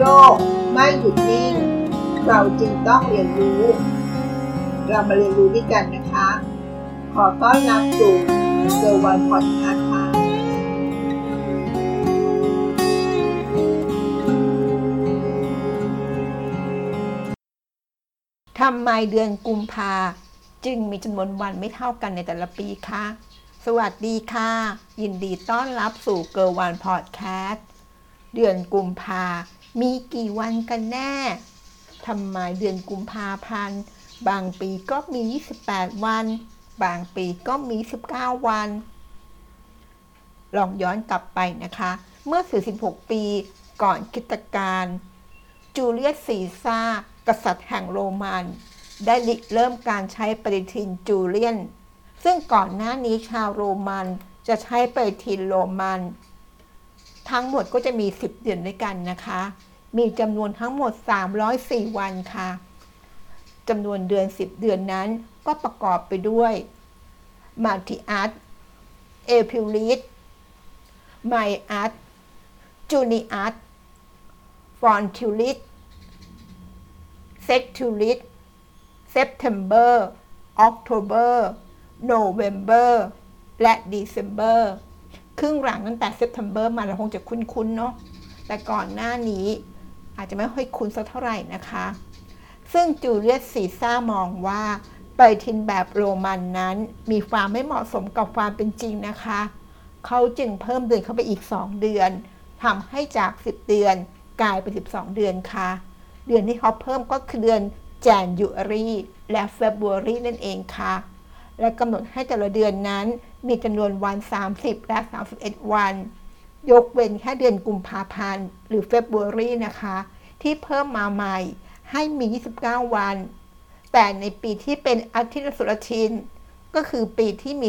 กไม่หยุดนิ่งเราจึงต้องเรียนรู้เรามาเรียนรู้ด้วยกันนะคะขอต้อนรับสู่เซอร์วันพอดคาสต์ค่ะทำไมเดือนกุมภาจึงมีจำนวนวันไม่เท่ากันในแต่ละปีคะสวัสดีค่ะยินดีต้อนรับสู่เกิร์ลวันพอดแคสต์เดือนกุมภามีกี่วันกันแน่ทำไมเดือนกุมภาพันธ์บางปีก็มี28วันบางปีก็มี19วันลองย้อนกลับไปนะคะเมื่อ46ปีก่อนคริสตกาลจูเลียสซีซ่าร์กษัตริย์แห่งโรมันได้เริ่มการใช้ปฏิทินจูเลียนซึ่งก่อนหน้านี้ชาวโรมันจะใช้ปฏิทินโรมันทั้งหมดก็จะมี10เดือนด้วยกันนะคะมีจำนวนทั้งหมด304วันค่ะจำนวนเดือน10เดือนนั้นก็ประกอบไปด้วยมาร์ติอัสเอพริลิสไมอัสจูนิอัสฟอนทิลิสเซกทิลิสเซปเทมเบอร์ออกโทเบอร์โนเวมเบอร์และเดซ ember ครึ่งหลังตั้งแต่เซปเทมเบอร์มาเราคงจะคุ้นๆเนาะแต่ก่อนหน้านี้อาจจะไม่ค่อยคุ้นสักเท่าไหร่นะคะซึ่งจูเลียสซีซ่าร์มองว่าปฏิทินแบบโรมันนั้นมีความไม่เหมาะสมกับความเป็นจริงนะคะเขาจึงเพิ่มเดือนเข้าไปอีก2เดือนทำให้จาก10เดือนกลายเป็น12เดือนค่ะเดือนที่เขาเพิ่มก็คือเดือนJanuary และ February นั่นเองค่ะและกำหนดให้แต่ละเดือนนั้นมีจำนวนวัน30และ31วันยกเว้นแค่เดือนกุมภาพันธ์หรือ February นะคะที่เพิ่มมาใหม่ให้มี29วันแต่ในปีที่เป็นอาทิตย์สุรทินก็คือปีที่มี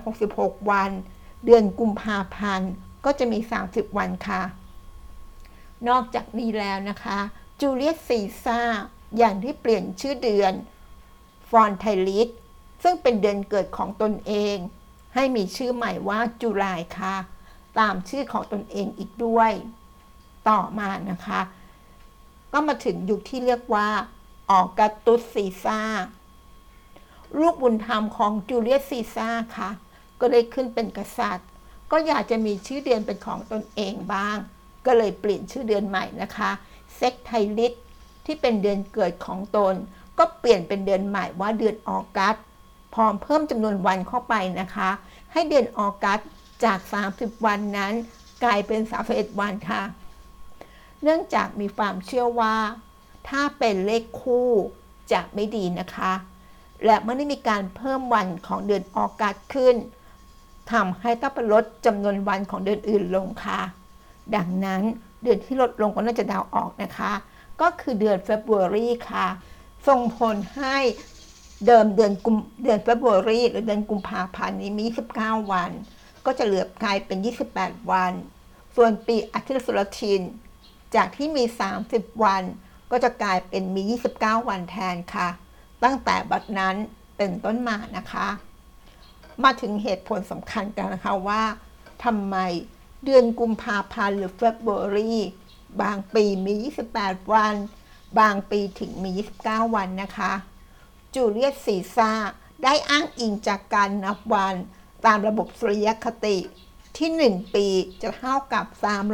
366วันเดือนกุมภาพันธ์ก็จะมี30วันค่ะนอกจากนี้แล้วนะคะจูเลียสซีซ่าร์อย่างที่เปลี่ยนชื่อเดือนฟอนไทลิสซึ่งเป็นเดือนเกิดของตนเองให้มีชื่อใหม่ว่าจูไลค่ะตามชื่อของตนเองอีกด้วยต่อมานะคะก็มาถึงยุคที่เรียกว่าออกัสตุสซีซ่าร์ลูกบุญธรรมของจูเลียสซีซ่าร์ค่ะก็ได้ขึ้นเป็นกษัตริย์ก็อยากจะมีชื่อเดือนเป็นของตนเองบ้างก็เลยเปลี่ยนชื่อเดือนใหม่นะคะเซกไทลิสที่เป็นเดือนเกิดของตนก็เปลี่ยนเป็นเดือนใหม่ว่าเดือนออกัสพร้อมเพิ่มจำนวนวันเข้าไปนะคะให้เดือนออกัสจาก30วันนั้นกลายเป็น31วันค่ะเนื่องจากมีความเชื่อว่าถ้าเป็นเลขคู่จะไม่ดีนะคะและเมื่อได้มีการเพิ่มวันของเดือนออกัสขึ้นทำให้ต้องลดจำนวนวันของเดือนอื่นลงค่ะดังนั้นเดือนที่ลดลงก็น่าจะเดาออกนะคะก็คือเดือน February ค่ะส่งผลให้เดิมเดือน February หรือเดือนกุมภาพันธ์นี้มี29วันก็จะเหลือกลายเป็น28วันส่วนปีอาทิตย์สุรทินจากที่มี30วันก็จะกลายเป็นมี29วันแทนค่ะตั้งแต่บัดนั้นเป็นต้นมานะคะมาถึงเหตุผลสำคัญกันนะคะว่าทำไมเดือนกุมภาพันธ์หรือ February บางปีมี28วันบางปีถึงมี29วันนะคะจูเลียสซีซ่าร์ได้อ้างอิงจากการนับวันตามระบบสุริยคติที่1ปีจะเท่ากับ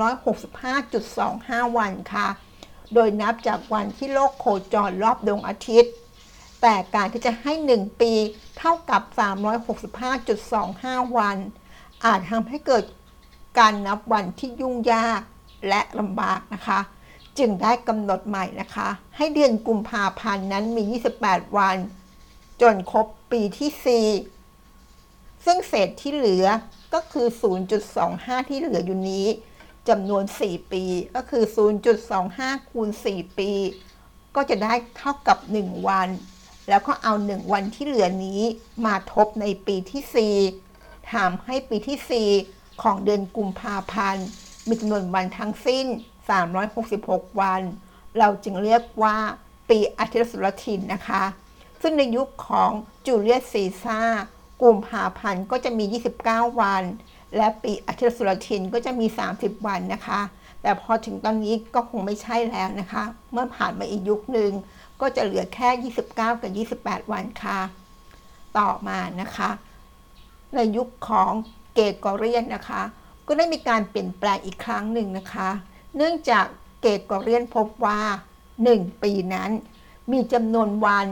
365.25 วันค่ะโดยนับจากวันที่โลกโคจรรอบดวงอาทิตย์แต่การที่จะให้1ปีเท่ากับ365.25 วันอาจทำให้เกิดการนับวันที่ยุ่งยากและลำบากนะคะจึงได้กำหนดใหม่นะคะให้เดือนกุมภาพันธ์นั้นมี28วันจนครบปีที่4ซึ่งเศษที่เหลือก็คือ 0.25 ที่เหลืออยู่นี้จำนวน4ปีก็คือ 0.25 คูณ4ปีก็จะได้เท่ากับ1วันแล้วก็เอา1วันที่เหลือนี้มาทบในปีที่4ทำให้ปีที่4ของเดือนกุมภาพันธ์มีจำนวนวันทั้งสิ้น366วันเราจึงเรียกว่าปีอาทิตย์สุรทินนะคะซึ่งในยุคของจูเลียสซีซ่าร์กุมภาพันธ์ก็จะมี29วันและปีอาทิตย์สุรทินก็จะมี30วันนะคะแต่พอถึงตอนนี้ก็คงไม่ใช่แล้วนะคะเมื่อผ่านมาอีกยุคหนึ่งก็จะเหลือแค่29กับ28วันค่ะต่อมานะคะในยุคของเกรกอเรียนนะคะก็ได้มีการเปลี่ยนแปลงอีกครั้งหนึ่งนะคะเนื่องจากเกรกอเรียนพบว่า1ปีนั้นมีจำนวนวัน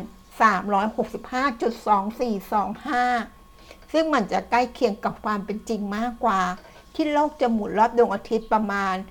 365.2425 ซึ่งมันจะใกล้เคียงกับความเป็นจริงมากกว่าที่โลกจะหมุนรอบดวงอาทิตย์ประมาณ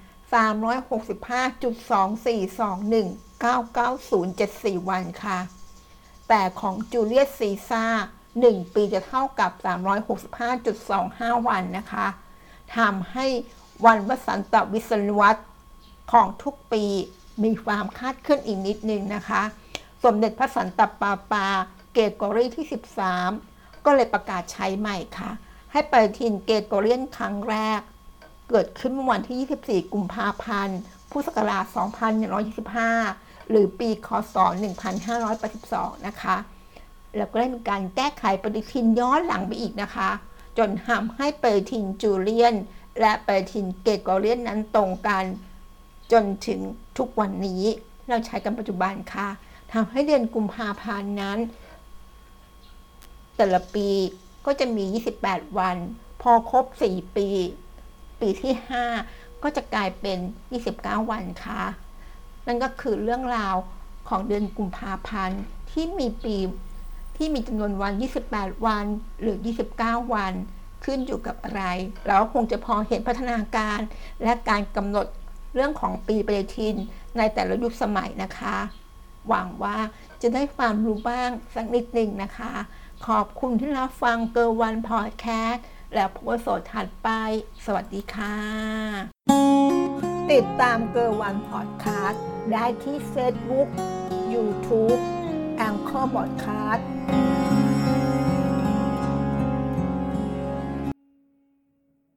365.2421999074วันค่ะแต่ของจูเลียสซีซ่า1ปีจะเท่ากับ365.25วันนะคะทำให้วันวสันตวิศวรรษของทุกปีมีความคาดเคลื่อนอีกนิดนึงนะคะสมเด็จพระสันตะปาปาเกรกอรีที่13ก็เลยประกาศใช้ใหม่ค่ะให้ปฏิทินเกรกอเรียนครั้งแรกเกิดขึ้นเมื่อวันที่24กุมภาพันธ์พุทธศักราช2125หรือปีคศ1582นะคะแล้วก็ได้มีการแก้ไขปฏิทินย้อนหลังไปอีกนะคะจนทำให้ปฏิทินจูเลียนและปฏิทินเกรกอเรียนนั้นตรงกันจนถึงทุกวันนี้เราใช้กันปัจจุบันค่ะทำให้เดือนกุมภาพันธ์นั้นแต่ละปีก็จะมี28วันพอครบ4ปีปีที่5ก็จะกลายเป็น29วันค่ะนั่นก็คือเรื่องราวของเดือนกุมภาพันธ์ที่มีจำนวนวัน28วันหรือ29วันขึ้นอยู่กับอะไรแล้วคงจะพอเห็นพัฒนาการและการกำหนดเรื่องของปีปฏิทินในแต่ละยุคสมัยนะคะหวังว่าจะได้ความรู้บ้างสักนิดหนึ่งนะคะขอบคุณที่รับฟังเกอร์วันพอดแคสต์แล้วพบกันสดถัดไปสวัสดีค่ะติดตามเกอร์วันพอดแคสต์ได้ที่ Facebook YouTube Anchor Podcast